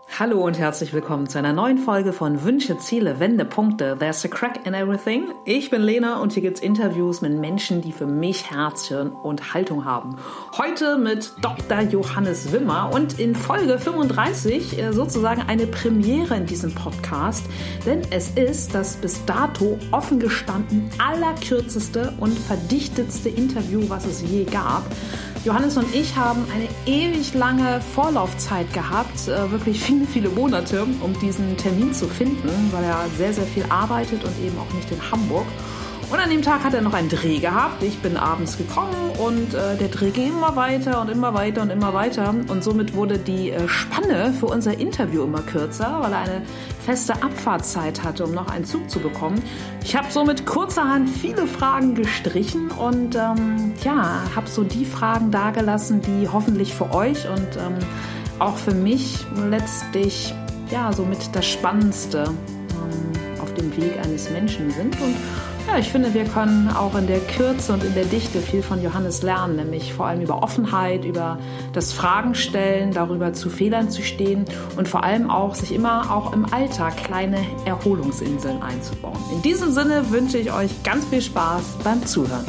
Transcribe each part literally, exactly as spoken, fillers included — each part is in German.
Hallo und herzlich willkommen zu einer neuen Folge von Wünsche, Ziele, Wendepunkte. There's a crack in everything. Ich bin Lena und hier gibt's Interviews mit Menschen, die für mich Herz, Hirn und Haltung haben. Heute mit Doktor Johannes Wimmer und in Folge fünfunddreißig sozusagen eine Premiere in diesem Podcast, denn es ist das bis dato offen gestanden allerkürzeste und verdichtetste Interview, was es je gab. Johannes und ich haben eine ewig lange Vorlaufzeit gehabt, wirklich viele, viele Monate, um diesen Termin zu finden, weil er sehr, sehr viel arbeitet und eben auch nicht in Hamburg. Und an dem Tag hat er noch einen Dreh gehabt. Ich bin abends gekommen und äh, der Dreh ging immer weiter und immer weiter und immer weiter. Und somit wurde die äh, Spanne für unser Interview immer kürzer, weil er eine feste Abfahrtzeit hatte, um noch einen Zug zu bekommen. Ich habe somit kurzerhand viele Fragen gestrichen und ähm, ja, habe so die Fragen dagelassen, die hoffentlich für euch und ähm, auch für mich letztlich ja somit das Spannendste ähm, auf dem Weg eines Menschen sind. Und ja, ich finde, wir können auch in der Kürze und in der Dichte viel von Johannes lernen, nämlich vor allem über Offenheit, über das Fragen stellen, darüber zu Fehlern zu stehen und vor allem auch sich immer auch im Alltag kleine Erholungsinseln einzubauen. In diesem Sinne wünsche ich euch ganz viel Spaß beim Zuhören.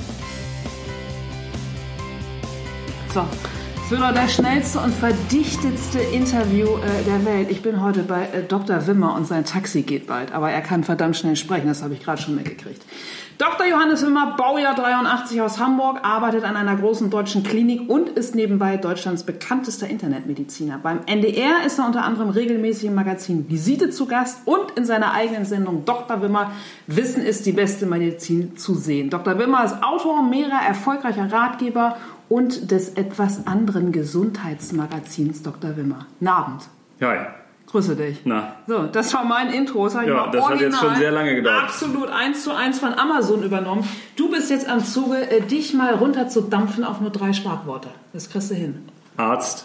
So. Das wird auch das schnellste und verdichtetste Interview äh, der Welt. Ich bin heute bei äh, Doktor Wimmer und sein Taxi geht bald. Aber er kann verdammt schnell sprechen, das habe ich gerade schon mitgekriegt. Doktor Johannes Wimmer, Baujahr dreiundachtzig aus Hamburg, arbeitet an einer großen deutschen Klinik und ist nebenbei Deutschlands bekanntester Internetmediziner. Beim N D R ist er unter anderem regelmäßig im Magazin Visite zu Gast und in seiner eigenen Sendung Doktor Wimmer, Wissen ist die beste Medizin, zu sehen. Doktor Wimmer ist Autor mehrerer erfolgreicher Ratgeber und des etwas anderen Gesundheitsmagazins Doktor Wimmer. Guten Abend. Hi. Grüße dich. Na. So, das war mein Intro. Das, ja, das hat jetzt schon sehr lange gedauert. Absolut eins zu eins von Amazon übernommen. Du bist jetzt am Zuge, äh, dich mal runter zu dampfen auf nur drei Schlagworte. Das kriegst du hin. Arzt.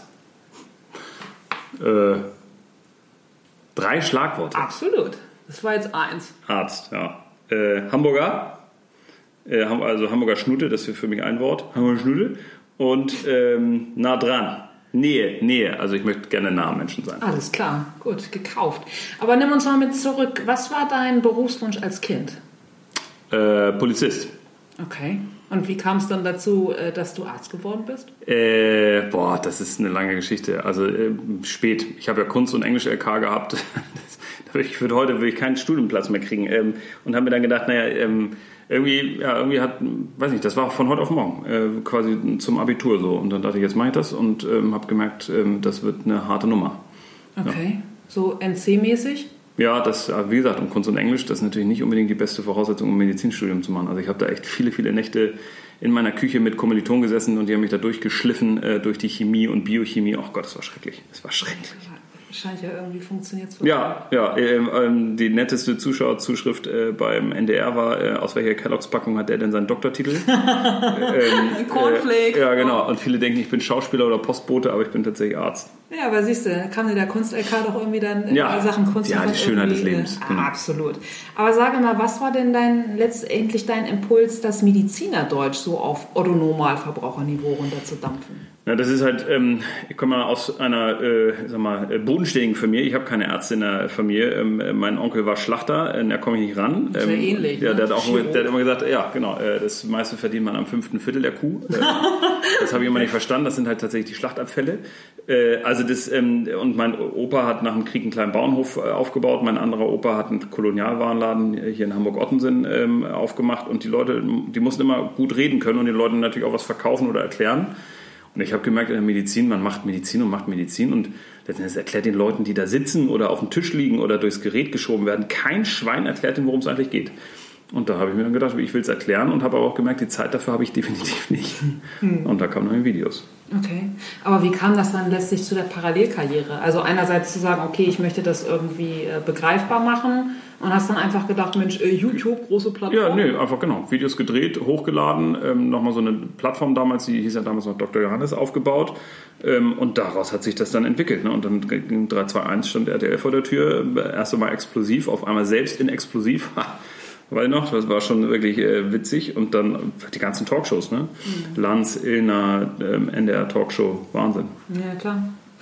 Äh, drei Schlagworte. Absolut. Das war jetzt eins. Arzt, ja. Äh, Hamburger. Äh, also Hamburger Schnute, das ist für mich ein Wort. Hamburger Schnute. Und ähm, nah dran. Nähe, Nähe. Also ich möchte gerne nah am Menschen sein. Alles klar, gut, gekauft. Aber nimm uns mal mit zurück. Was war dein Berufswunsch als Kind? Äh, Polizist. Okay. Und wie kam es dann dazu, dass du Arzt geworden bist? Äh, boah, das ist eine lange Geschichte. Also äh, spät. Ich habe ja Kunst- und Englisch-L K gehabt. Ich würde heute würde ich keinen Studienplatz mehr kriegen. Ähm, und habe mir dann gedacht, naja, ähm, irgendwie, ja, irgendwie hat, weiß nicht, das war von heute auf morgen, äh, quasi zum Abitur so. Und dann dachte ich, jetzt mache ich das und ähm, habe gemerkt, ähm, das wird eine harte Nummer. Okay, ja. So N C-mäßig? Ja, das, wie gesagt, um Kunst und Englisch, das ist natürlich nicht unbedingt die beste Voraussetzung, um ein Medizinstudium zu machen. Also ich habe da echt viele, viele Nächte in meiner Küche mit Kommilitonen gesessen und die haben mich da durchgeschliffen äh, durch die Chemie und Biochemie. Oh Gott, das war schrecklich. Das war schrecklich. Scheint ja irgendwie funktioniert zu Ja, ja ähm, ähm, die netteste Zuschauerzuschrift äh, beim N D R war, äh, aus welcher Kelloggs-Packung hat der denn seinen Doktortitel? ähm, Cornflake. Äh, ja, genau. Und viele denken, ich bin Schauspieler oder Postbote, aber ich bin tatsächlich Arzt. Ja, aber siehst du, kam dir der Kunst-L K doch irgendwie dann in ja. Sachen Kunst. Ja, die Schönheit des Lebens. Genau. Absolut. Aber sage mal, was war denn dein letztendlich dein Impuls, das Medizinerdeutsch so auf Otto-Normalverbraucherniveau runterzudampfen? Ja, das ist halt, ähm, ich komme mal aus einer, äh, sag mal, bodenständigen Familie. Ich habe keine Ärzte in der Familie. Ähm, mein Onkel war Schlachter, äh, da komme ich nicht ran. Sehr ähm, ähnlich. Ja, ne? der hat auch der hat immer gesagt, ja, genau, äh, das meiste verdient man am fünften Viertel der Kuh. Äh, das habe ich immer nicht verstanden. Das sind halt tatsächlich die Schlachtabfälle. Äh, also das, ähm, und mein Opa hat nach dem Krieg einen kleinen Bauernhof äh, aufgebaut. Mein anderer Opa hat einen Kolonialwarenladen hier in Hamburg-Ottensen ähm, aufgemacht. Und die Leute, die mussten immer gut reden können und den Leuten natürlich auch was verkaufen oder erklären. Und ich habe gemerkt in der Medizin, man macht Medizin und macht Medizin und letztendlich erklärt den Leuten, die da sitzen oder auf dem Tisch liegen oder durchs Gerät geschoben werden, kein Schwein erklärt ihnen, worum es eigentlich geht. Und da habe ich mir dann gedacht, ich will es erklären und habe aber auch gemerkt, die Zeit dafür habe ich definitiv nicht. Hm. Und da kamen dann Videos. Okay, aber wie kam das dann letztlich zu der Parallelkarriere? Also einerseits zu sagen, okay, ich möchte das irgendwie äh, begreifbar machen und hast dann einfach gedacht, Mensch, äh, YouTube, große Plattform? Ja, nee, einfach genau. Videos gedreht, hochgeladen, ähm, nochmal so eine Plattform damals, die hieß ja damals noch Doktor Johannes, aufgebaut ähm, und daraus hat sich das dann entwickelt. Ne? Und dann in drei zwei eins stand R T L vor der Tür, erst einmal explosiv, auf einmal selbst in explosiv. Weil noch, das war schon wirklich äh, witzig. Und dann die ganzen Talkshows, ne? Mhm. Lanz, Illner, ähm, N D R Talkshow, Wahnsinn. Ja, klar.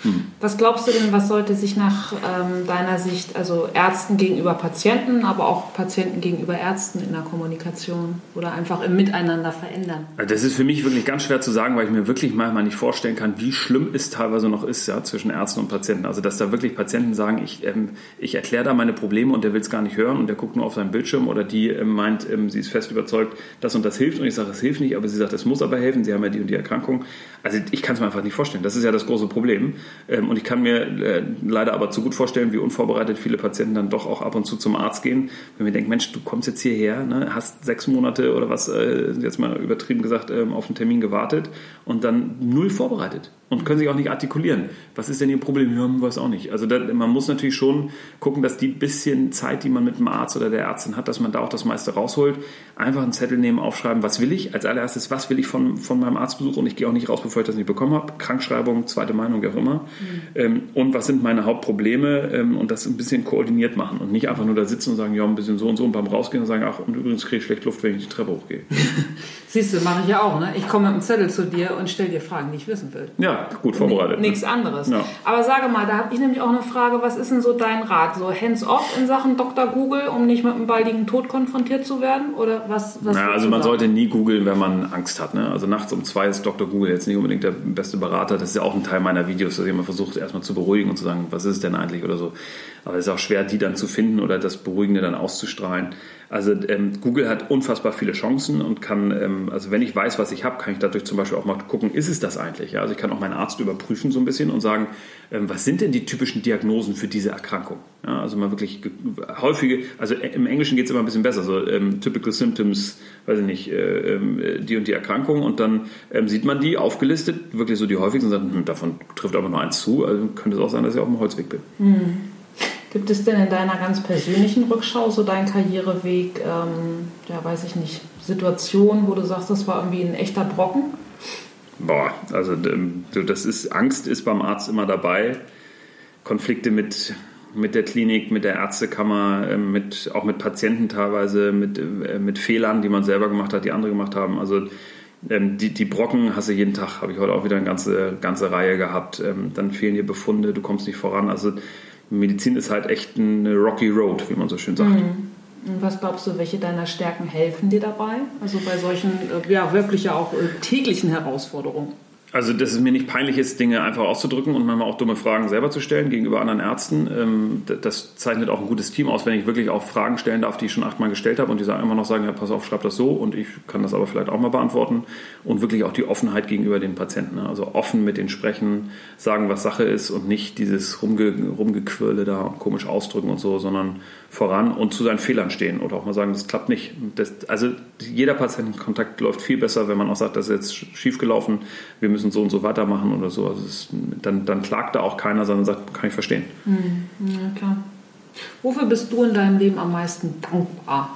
Hm. Was glaubst du denn, was sollte sich nach ähm, deiner Sicht, also Ärzten gegenüber Patienten, aber auch Patienten gegenüber Ärzten in der Kommunikation oder einfach im Miteinander verändern? Das ist für mich wirklich ganz schwer zu sagen, weil ich mir wirklich manchmal nicht vorstellen kann, wie schlimm es teilweise noch ist, ja, zwischen Ärzten und Patienten. Also dass da wirklich Patienten sagen, ich, ähm, ich erkläre da meine Probleme und der will es gar nicht hören und der guckt nur auf seinen Bildschirm, oder die ähm, meint, ähm, sie ist fest überzeugt, das und das hilft, und ich sage, es hilft nicht, aber sie sagt, es muss aber helfen, sie haben ja die und die Erkrankung. Also ich kann es mir einfach nicht vorstellen. Das ist ja das große Problem. Ähm, und ich kann mir äh, leider aber zu gut vorstellen, wie unvorbereitet viele Patienten dann doch auch ab und zu zum Arzt gehen, wenn wir denken, Mensch, du kommst jetzt hierher, ne, hast sechs Monate oder was, äh, jetzt mal übertrieben gesagt, ähm, auf einen Termin gewartet und dann null vorbereitet und können sich auch nicht artikulieren. Was ist denn Ihr Problem? Ja, weiß auch nicht. Also da, man muss natürlich schon gucken, dass die bisschen Zeit, die man mit dem Arzt oder der Ärztin hat, dass man da auch das meiste rausholt. Einfach einen Zettel nehmen, aufschreiben, was will ich? Als allererstes, was will ich von, von meinem Arztbesuch? Und ich gehe auch nicht raus, bevor ich das nicht bekommen habe. Krankschreibung, zweite Meinung, wie auch immer. Mhm. Ähm, und was sind meine Hauptprobleme? Ähm, und das ein bisschen koordiniert machen. Und nicht einfach nur da sitzen und sagen, ja, ein bisschen so und so, und beim Rausgehen und sagen, ach, und übrigens kriege ich schlecht Luft, wenn ich die Treppe hochgehe. Siehst du, mache ich ja auch. Ne? Ich komme mit einem Zettel zu dir und stelle dir Fragen, die ich wissen will. Ja, gut vorbereitet. N- nichts anderes. Ja. Aber sage mal, da habe ich nämlich auch eine Frage, was ist denn so dein Rat? So hands-off in Sachen Doktor Google, um nicht mit einem baldigen Tod konfrontiert zu werden? Oder was? was naja, also man sagen? sollte nie googeln, wenn man Angst hat. Ne? Also nachts um zwei ist Doktor Google jetzt nicht unbedingt der beste Berater. Das ist ja auch ein Teil meiner Videos, dass ich immer versuche, erstmal zu beruhigen und zu sagen, was ist es denn eigentlich oder so. Aber es ist auch schwer, die dann zu finden oder das Beruhigende dann auszustrahlen. Also ähm, Google hat unfassbar viele Chancen und kann, ähm, also wenn ich weiß, was ich habe, kann ich dadurch zum Beispiel auch mal gucken, ist es das eigentlich? Ja? Also ich kann auch meinen Arzt überprüfen so ein bisschen und sagen, ähm, was sind denn die typischen Diagnosen für diese Erkrankung? Ja, also mal wirklich häufige, also im Englischen geht es immer ein bisschen besser, so ähm, typical symptoms, weiß ich nicht, äh, äh, die und die Erkrankung, und dann ähm, sieht man die aufgelistet, wirklich so die häufigsten, und sagt, hm, davon trifft aber nur eins zu, also könnte es auch sein, dass ich auf dem Holzweg bin. Mhm. Gibt es denn in deiner ganz persönlichen Rückschau so deinen Karriereweg, ähm, ja, weiß ich nicht, Situationen, wo du sagst, das war irgendwie ein echter Brocken? Boah, also das ist, Angst ist beim Arzt immer dabei. Konflikte mit, mit der Klinik, mit der Ärztekammer, mit, auch mit Patienten teilweise, mit, mit Fehlern, die man selber gemacht hat, die andere gemacht haben. Also die, die Brocken hast du jeden Tag, habe ich heute auch wieder eine ganze, ganze Reihe gehabt. Dann fehlen dir Befunde, du kommst nicht voran. Also Medizin ist halt echt eine rocky road, wie man so schön sagt. Mhm. Und was glaubst du, welche deiner Stärken helfen dir dabei? Also bei solchen, ja, wirklich ja auch täglichen Herausforderungen? Also, dass es mir nicht peinlich ist, Dinge einfach auszudrücken und manchmal auch dumme Fragen selber zu stellen gegenüber anderen Ärzten. Das zeichnet auch ein gutes Team aus, wenn ich wirklich auch Fragen stellen darf, die ich schon achtmal gestellt habe und die immer noch sagen, ja, pass auf, schreib das so, und ich kann das aber vielleicht auch mal beantworten. Und wirklich auch die Offenheit gegenüber den Patienten. Also offen mit denen sprechen, sagen, was Sache ist, und nicht dieses Rumge- Rumgequirle da und komisch ausdrücken und so, sondern voran und zu seinen Fehlern stehen oder auch mal sagen, das klappt nicht. Das, also jeder Patientenkontakt läuft viel besser, wenn man auch sagt, das ist jetzt schief gelaufen, wir müssen so und so weitermachen oder so. Also es, dann, dann klagt da auch keiner, sondern sagt, kann ich verstehen. Mhm. Ja, klar. Wofür bist du in deinem Leben am meisten dankbar?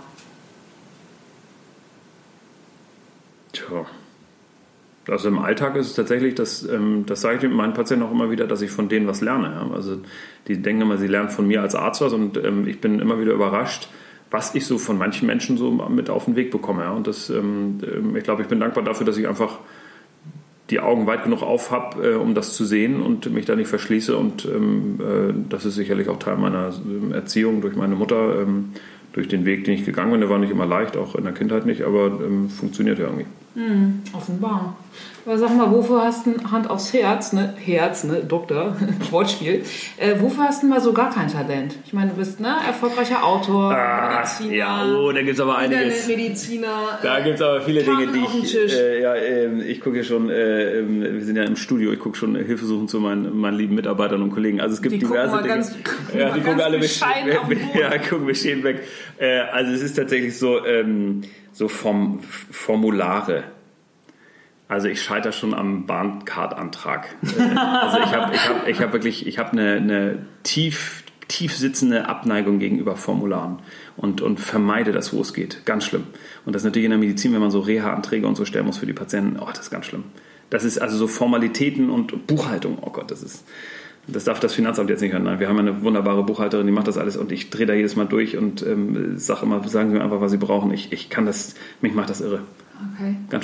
Tja. Also im Alltag ist es tatsächlich, das, das sage ich meinen Patienten auch immer wieder, dass ich von denen was lerne. Also die denken immer, sie lernen von mir als Arzt was, und ich bin immer wieder überrascht, was ich so von manchen Menschen so mit auf den Weg bekomme. Und das, ich glaube, ich bin dankbar dafür, dass ich einfach die Augen weit genug auf habe, um das zu sehen und mich da nicht verschließe. Und das ist sicherlich auch Teil meiner Erziehung durch meine Mutter, durch den Weg, den ich gegangen bin. Der war nicht immer leicht, auch in der Kindheit nicht, aber funktioniert ja irgendwie. Mhm, offenbar. Aber sag mal, wofür hast du Hand aufs Herz, ne? Herz, ne? Doktor, Wortspiel. Äh, wofür hast du mal so gar kein Talent? Ich meine, du bist ne erfolgreicher Autor, ah, Mediziner. Ja, oh, da gibt es aber einiges. Mediziner. Da gibt es aber viele Karten Dinge, die ich. Äh, ja, äh, ich gucke ja schon, äh, wir sind ja im Studio, ich gucke schon Hilfe suchen zu meinen, meinen lieben Mitarbeitern und Kollegen. Also es gibt die diverse gucken Dinge. Ganz, ja, die gucken alle bescheiden mit, auf den Boden. Ja, gucken bescheiden weg. Äh, also es ist tatsächlich so, ähm, so vom Formulare. Also ich scheitere schon am Bahncard-Antrag. Also ich habe ich hab, ich hab wirklich, ich habe eine, eine tief, tief sitzende Abneigung gegenüber Formularen und, und vermeide das, wo es geht. Ganz schlimm. Und das ist natürlich in der Medizin, wenn man so Reha-Anträge und so stellen muss für die Patienten, oh, das ist ganz schlimm. Das ist also so Formalitäten und Buchhaltung, oh Gott, das ist... Das darf das Finanzamt jetzt nicht hören. Nein, wir haben eine wunderbare Buchhalterin, die macht das alles, und ich drehe da jedes Mal durch und ähm, sage immer, sagen Sie mir einfach, was Sie brauchen. Ich, ich kann das, mich macht das irre. Okay. Ganz schlimm.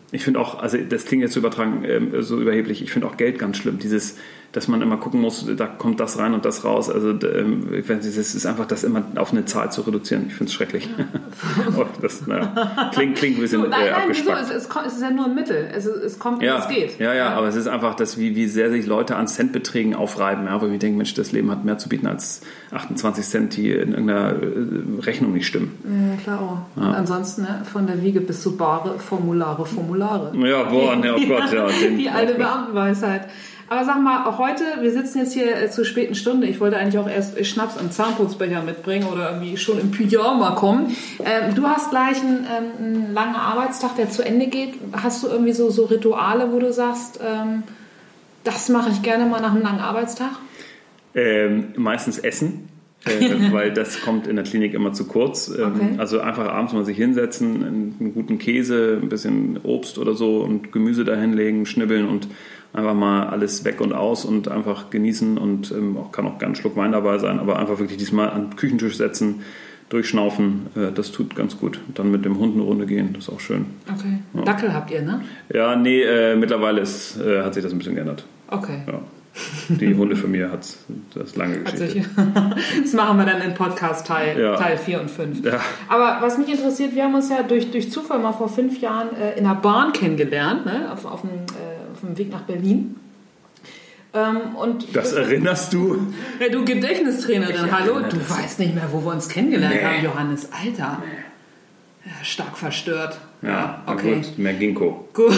ich finde auch, also das klingt jetzt so übertragen, äh, so überheblich, ich finde auch Geld ganz schlimm. Dieses, dass man immer gucken muss, da kommt das rein und das raus. Also ähm, ich weiß nicht, es ist einfach, das immer auf eine Zahl zu reduzieren. Ich finde es schrecklich. Ja. das, naja, klingt, klingt ein bisschen so, nein, äh, nein, abgespackt. wieso? Es, es, es ist ja nur ein Mittel. Es, es kommt, wie ja, es geht. Ja, ja, ja, aber es ist einfach, das, wie, wie sehr sich Leute an Centbeträgen aufreiben. Ja, wo ich mir denke, Mensch, das Leben hat mehr zu bieten als achtundzwanzig Cent, die in irgendeiner äh, Rechnung nicht stimmen. Ja, klar auch. Ja. Und ansonsten ne, von der Wiege bis zu Bare, Formulare, Formulare. Ja, boah, ne, oh Gott, ja. Den, die alte Beamtenweisheit. Aber sag mal, auch heute, wir sitzen jetzt hier äh, zur späten Stunde. Ich wollte eigentlich auch erst Schnaps am Zahnputzbecher mitbringen oder irgendwie schon im Pyjama kommen. Ähm, du hast gleich einen, ähm, einen langen Arbeitstag, der zu Ende geht. Hast du irgendwie so, so Rituale, wo du sagst, ähm, das mache ich gerne mal nach einem langen Arbeitstag? Ähm, meistens Essen. äh, weil das kommt in der Klinik immer zu kurz. Ähm, okay. Also einfach abends mal sich hinsetzen, einen, einen guten Käse, ein bisschen Obst oder so und Gemüse da hinlegen, schnibbeln und einfach mal alles weg und aus und einfach genießen und ähm, auch, kann auch ganz Schluck Wein dabei sein, aber einfach wirklich diesmal an den Küchentisch setzen, durchschnaufen, äh, das tut ganz gut. Und dann mit dem Hund eine Runde gehen, das ist auch schön. Okay. Ja. Dackel habt ihr, ne? Ja, nee, äh, mittlerweile ist, äh, hat sich das ein bisschen geändert. Okay. Ja. Die Hundefamilie hat das lange Geschichte. Das machen wir dann in Podcast Teil, ja. Teil vier und fünf. Ja. Aber was mich interessiert, wir haben uns ja durch, durch Zufall mal vor fünf Jahren äh, in einer Bahn kennengelernt, ne? auf, auf, dem, äh, auf dem Weg nach Berlin. Ähm, und das, das erinnerst du? Ja, du Gedächtnistrainerin, hallo, du weißt nicht mehr, wo wir uns kennengelernt nee. haben, Johannes, Alter. Nee. Ja, stark verstört. Ja, ja okay. Gut, mehr Ginkgo. Gut.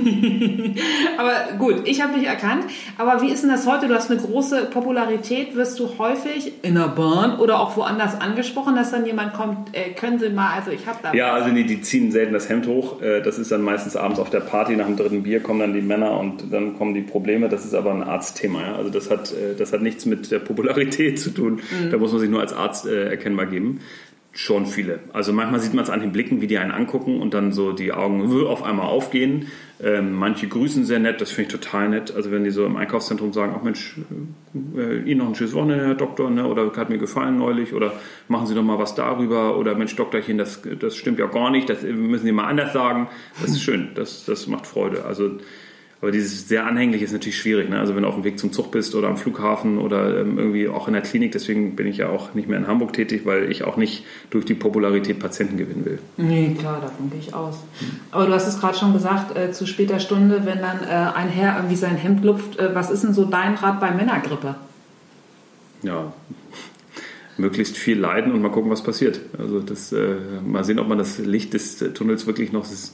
Aber gut, ich habe dich erkannt. Aber wie ist denn das heute? Du hast eine große Popularität. Wirst du häufig in der Bahn oder auch woanders angesprochen, dass dann jemand kommt, äh, können Sie mal, also ich habe da... Ja, also die, die ziehen selten das Hemd hoch. Das ist dann meistens abends auf der Party, nach dem dritten Bier kommen dann die Männer und dann kommen die Probleme. Das ist aber ein Arztthema. Ja? Also das hat, das hat nichts mit der Popularität zu tun. Mhm. Da muss man sich nur als Arzt äh, erkennbar geben. Schon viele. Also manchmal sieht man es an den Blicken, wie die einen angucken und dann so die Augen auf einmal aufgehen. Ähm, manche grüßen sehr nett, das finde ich total nett. Also wenn die so im Einkaufszentrum sagen, ach Mensch, äh, Ihnen noch ein schönes Wochenende, Herr Doktor, ne? Oder hat mir gefallen neulich oder machen Sie doch mal was darüber oder Mensch, Doktorchen, das, das stimmt ja gar nicht, das müssen Sie mal anders sagen. Das ist schön, das, das macht Freude. Also aber dieses sehr anhänglich ist natürlich schwierig, ne? Also wenn du auf dem Weg zum Zug bist oder am Flughafen oder ähm, irgendwie auch in der Klinik, deswegen bin ich ja auch nicht mehr in Hamburg tätig, weil ich auch nicht durch die Popularität Patienten gewinnen will. Nee, klar, davon gehe ich aus. Aber du hast es gerade schon gesagt, äh, zu später Stunde, wenn dann äh, ein Herr irgendwie sein Hemd lupft, äh, was ist denn so dein Rat bei Männergrippe? Ja, möglichst viel leiden und mal gucken, was passiert. Also das, äh, mal sehen, ob man das Licht des Tunnels wirklich noch sieht.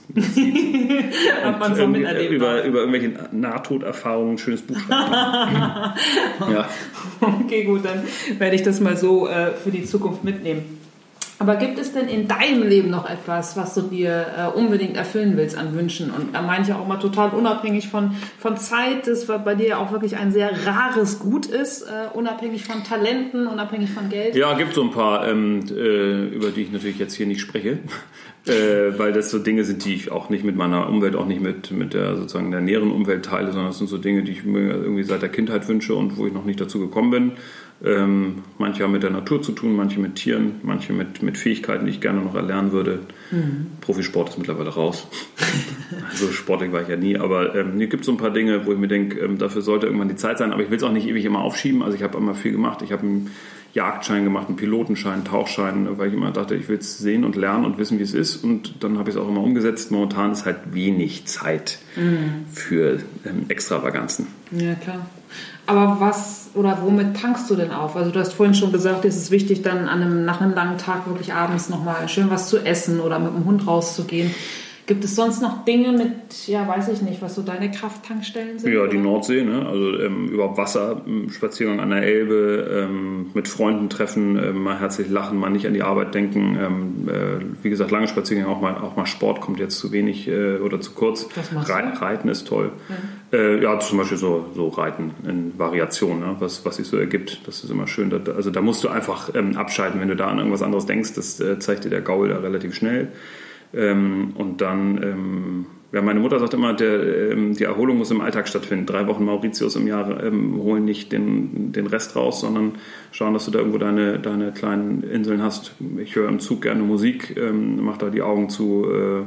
Ob man so miterlebt über, über irgendwelche Nahtoderfahrungen ein schönes Buch schreiben. Ja. Okay, gut, dann werde ich das mal so äh, für die Zukunft mitnehmen. Aber gibt es denn in deinem Leben noch etwas, was du dir äh, unbedingt erfüllen willst an Wünschen? Und da meine ich auch mal total unabhängig von, von Zeit, das bei dir ja auch wirklich ein sehr rares Gut ist, äh, unabhängig von Talenten, unabhängig von Geld. Ja, gibt so ein paar, ähm, äh, über die ich natürlich jetzt hier nicht spreche, äh, weil das so Dinge sind, die ich auch nicht mit meiner Umwelt, auch nicht mit, mit der sozusagen der näheren Umwelt teile, sondern das sind so Dinge, die ich mir irgendwie seit der Kindheit wünsche und wo ich noch nicht dazu gekommen bin. Ähm, manche haben mit der Natur zu tun, manche mit Tieren, manche mit, mit Fähigkeiten, die ich gerne noch erlernen würde. Mhm. Profisport ist mittlerweile raus. Also sportlich war ich ja nie, aber ähm, es gibt so ein paar Dinge, wo ich mir denke, ähm, dafür sollte irgendwann die Zeit sein, aber ich will es auch nicht ewig immer aufschieben. Also ich habe immer viel gemacht. Ich habe einen Jagdschein gemacht, einen Pilotenschein, einen Tauchschein, weil ich immer dachte, ich will es sehen und lernen und wissen, wie es ist. Und dann habe ich es auch immer umgesetzt. Momentan ist halt wenig Zeit mhm. für ähm, Extravaganzen. Ja, klar. Aber was oder womit tankst du denn auf? Also du hast vorhin schon gesagt, es ist wichtig, dann an einem, nach einem langen Tag wirklich abends nochmal schön was zu essen oder mit dem Hund rauszugehen. Gibt es sonst noch Dinge mit, ja, weiß ich nicht, was so deine Krafttankstellen sind? Ja, oder? Die Nordsee, ne? Also ähm, überhaupt Wasser, Spaziergang an der Elbe, ähm, mit Freunden treffen, äh, mal herzlich lachen, mal nicht an die Arbeit denken. Ähm, äh, wie gesagt, lange Spaziergänge, auch mal, auch mal Sport kommt jetzt zu wenig äh, oder zu kurz. Was machst Re- du? Reiten ist toll. Ja, äh, ja zum Beispiel so, so Reiten in Variation, ne? was, was sich so ergibt. Das ist immer schön. Da, also da musst du einfach ähm, abschalten, wenn du da an irgendwas anderes denkst. Das äh, zeigt dir der Gaul da relativ schnell. Ähm, und dann, ähm, ja, meine Mutter sagt immer, der, ähm, die Erholung muss im Alltag stattfinden. Drei Wochen Mauritius im Jahr ähm, holen nicht den, den Rest raus, sondern schauen, dass du da irgendwo deine, deine kleinen Inseln hast. Ich höre im Zug gerne Musik, ähm, mache da die Augen zu, äh,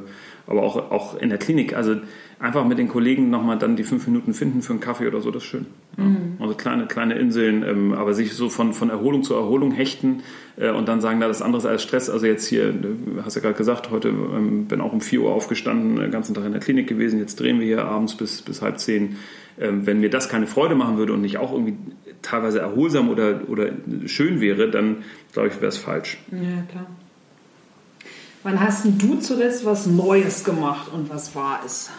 aber auch, auch in der Klinik. Also einfach mit den Kollegen nochmal dann die fünf Minuten finden für einen Kaffee oder so, das ist schön. Ja. Mhm. Also kleine, kleine Inseln, ähm, aber sich so von, von Erholung zu Erholung hechten äh, und dann sagen, da das andere ist als Stress. Also jetzt hier, du hast ja gerade gesagt, heute ähm, bin auch um vier Uhr aufgestanden, den ganzen Tag in der Klinik gewesen, jetzt drehen wir hier abends bis, bis halb zehn. Ähm, wenn mir das keine Freude machen würde und nicht auch irgendwie teilweise erholsam oder, oder schön wäre, dann glaube ich, wäre es falsch. Ja, klar. Wann hast denn du zuletzt was Neues gemacht und was war es?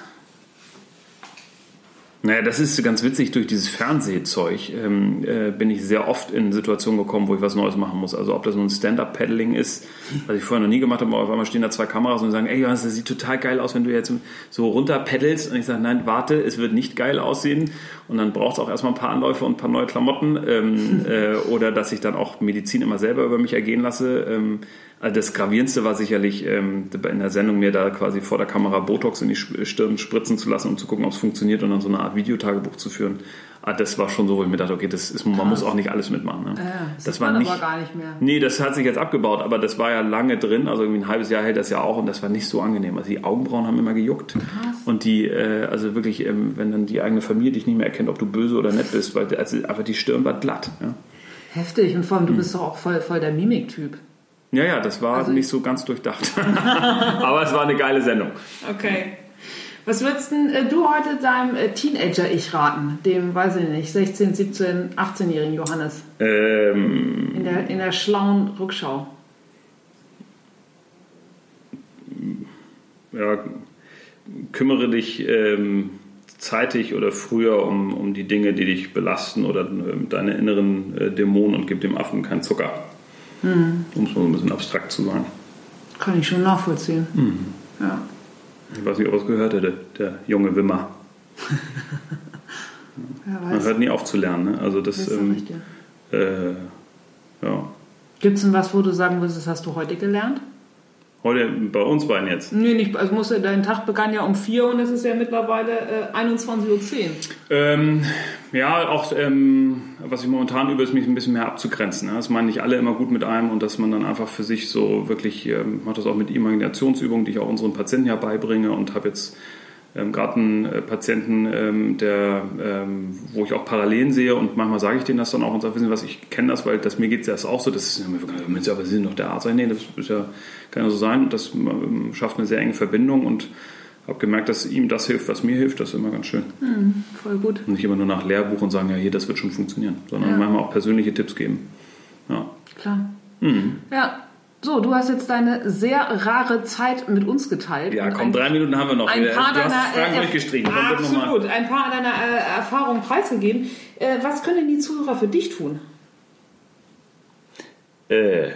Naja, das ist ganz witzig. Durch dieses Fernsehzeug ähm, äh, bin ich sehr oft in Situationen gekommen, wo ich was Neues machen muss. Also ob das nun Stand-Up-Paddling ist, was ich vorher noch nie gemacht habe, aber auf einmal stehen da zwei Kameras und sagen, ey Johannes, das sieht total geil aus, wenn du jetzt so runter paddelst. Und ich sage, nein, warte, es wird nicht geil aussehen. Und dann braucht es auch erstmal ein paar Anläufe und ein paar neue Klamotten. Ähm, äh, oder dass ich dann auch Medizin immer selber über mich ergehen lasse. Ähm, Also das Gravierendste war sicherlich ähm, in der Sendung, mir da quasi vor der Kamera Botox in die Stirn spritzen zu lassen, um zu gucken, ob es funktioniert und dann so eine Art Videotagebuch zu führen. Ah, das war schon so, wo ich mir dachte, okay, das ist, man muss auch nicht alles mitmachen. Ne? Ja, das das war war nicht, aber gar nicht mehr. Nee, das hat sich jetzt abgebaut, aber das war ja lange drin, also irgendwie ein halbes Jahr hält das ja auch und das war nicht so angenehm. Also die Augenbrauen haben immer gejuckt. Krass. Und die, äh, also wirklich, ähm, wenn dann die eigene Familie dich nicht mehr erkennt, ob du böse oder nett bist, weil also einfach die Stirn war glatt. Ja? Heftig, und vor allem, du bist doch auch voll, voll der Mimiktyp. Ja, ja, das war also nicht so ganz durchdacht. Aber es war eine geile Sendung. Okay. Was würdest denn, äh, du heute deinem äh, Teenager-Ich raten? Dem, weiß ich nicht, sechzehn-, siebzehn-, achtzehnjährigen Johannes? Ähm, in, der, in der schlauen Rückschau. Ja, kümmere dich ähm, zeitig oder früher um, um die Dinge, die dich belasten oder ähm, deine inneren äh, Dämonen und gib dem Affen keinen Zucker. Mhm. Um es mal ein bisschen abstrakt zu sagen. Kann ich schon nachvollziehen. Mhm. Ja. Ich weiß nicht, ob er es gehört hätte, der junge Wimmer. Man hört nie auf zu lernen. Ne? Also das, das ähm, richtig, ja. Äh, ja. Gibt es denn was, wo du sagen würdest, das hast du heute gelernt? Heute bei uns beiden jetzt? Nee, nicht. Also musst du, dein Tag begann ja um vier und es ist ja mittlerweile äh, einundzwanzig Uhr zehn. Ähm, ja, auch ähm, was ich momentan übe, ist mich ein bisschen mehr abzugrenzen. Ne? Das meinen nicht alle immer gut mit einem und dass man dann einfach für sich so wirklich, ähm, macht das auch mit Imaginationsübungen, die ich auch unseren Patienten ja beibringe und habe jetzt ähm, gerade einen äh, Patienten, ähm, der, ähm, wo ich auch Parallelen sehe und manchmal sage ich denen das dann auch und sage, wissen Sie was, ich kenne das, weil das, mir geht es erst auch so, das ist ja, aber Sie sind doch der Arzt. Nee, das ist ja, kann ja so sein. Das ähm, schafft eine sehr enge Verbindung und habe gemerkt, dass ihm das hilft, was mir hilft. Das ist immer ganz schön. Mhm, voll gut. Und nicht immer nur nach Lehrbuch und sagen, ja, hier, das wird schon funktionieren, sondern ja. manchmal auch persönliche Tipps geben. Ja. Klar. Mhm. Ja. So, du hast jetzt deine sehr rare Zeit mit uns geteilt. Ja, komm, ein, drei Minuten haben wir noch. Ein paar du deiner, hast Fragen äh, durchgestrichen. Absolut, ein paar deiner äh, Erfahrungen preisgegeben. Äh, was können die Zuhörer für dich tun? Äh...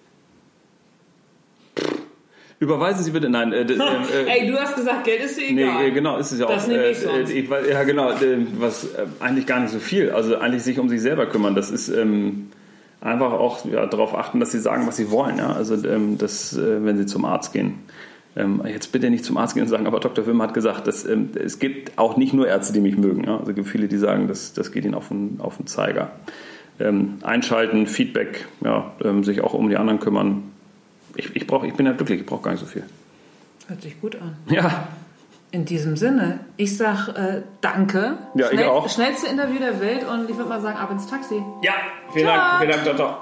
Überweisen Sie bitte, nein. Äh, äh, Ey, du hast gesagt, Geld ist dir egal. Nee, genau, ist es ja auch. Das nehme ich sonst. Äh, ich, ja, genau, äh, was äh, eigentlich gar nicht so viel. Also eigentlich sich um sich selber kümmern. Das ist ähm, einfach auch ja, darauf achten, dass Sie sagen, was Sie wollen. Ja? Also ähm, das, äh, wenn Sie zum Arzt gehen. Ähm, jetzt bitte nicht zum Arzt gehen und sagen, aber Doktor Wimmer hat gesagt, dass, ähm, es gibt auch nicht nur Ärzte, die mich mögen. Ja? Also es gibt viele, die sagen, das, das geht Ihnen auf den, auf den Zeiger. Ähm, einschalten, Feedback, ja, ähm, sich auch um die anderen kümmern. Ich, ich, brauch, ich bin ja glücklich, ich brauche gar nicht so viel. Hört sich gut an. Ja. In diesem Sinne, ich sag äh, danke. Ja, Schnell, ich auch. Schnellste Interview der Welt und ich würde mal sagen, ab ins Taxi. Ja, vielen Ciao. Dank. Vielen Dank, Doktor.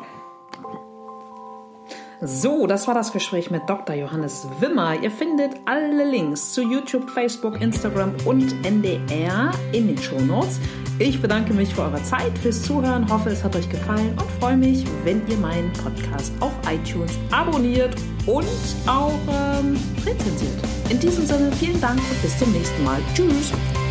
So, das war das Gespräch mit Doktor Johannes Wimmer. Ihr findet alle Links zu YouTube, Facebook, Instagram und N D R in den Shownotes. Ich bedanke mich für eure Zeit, fürs Zuhören, hoffe, es hat euch gefallen und freue mich, wenn ihr meinen Podcast auf iTunes abonniert und auch ähm, rezensiert. In diesem Sinne, vielen Dank und bis zum nächsten Mal. Tschüss!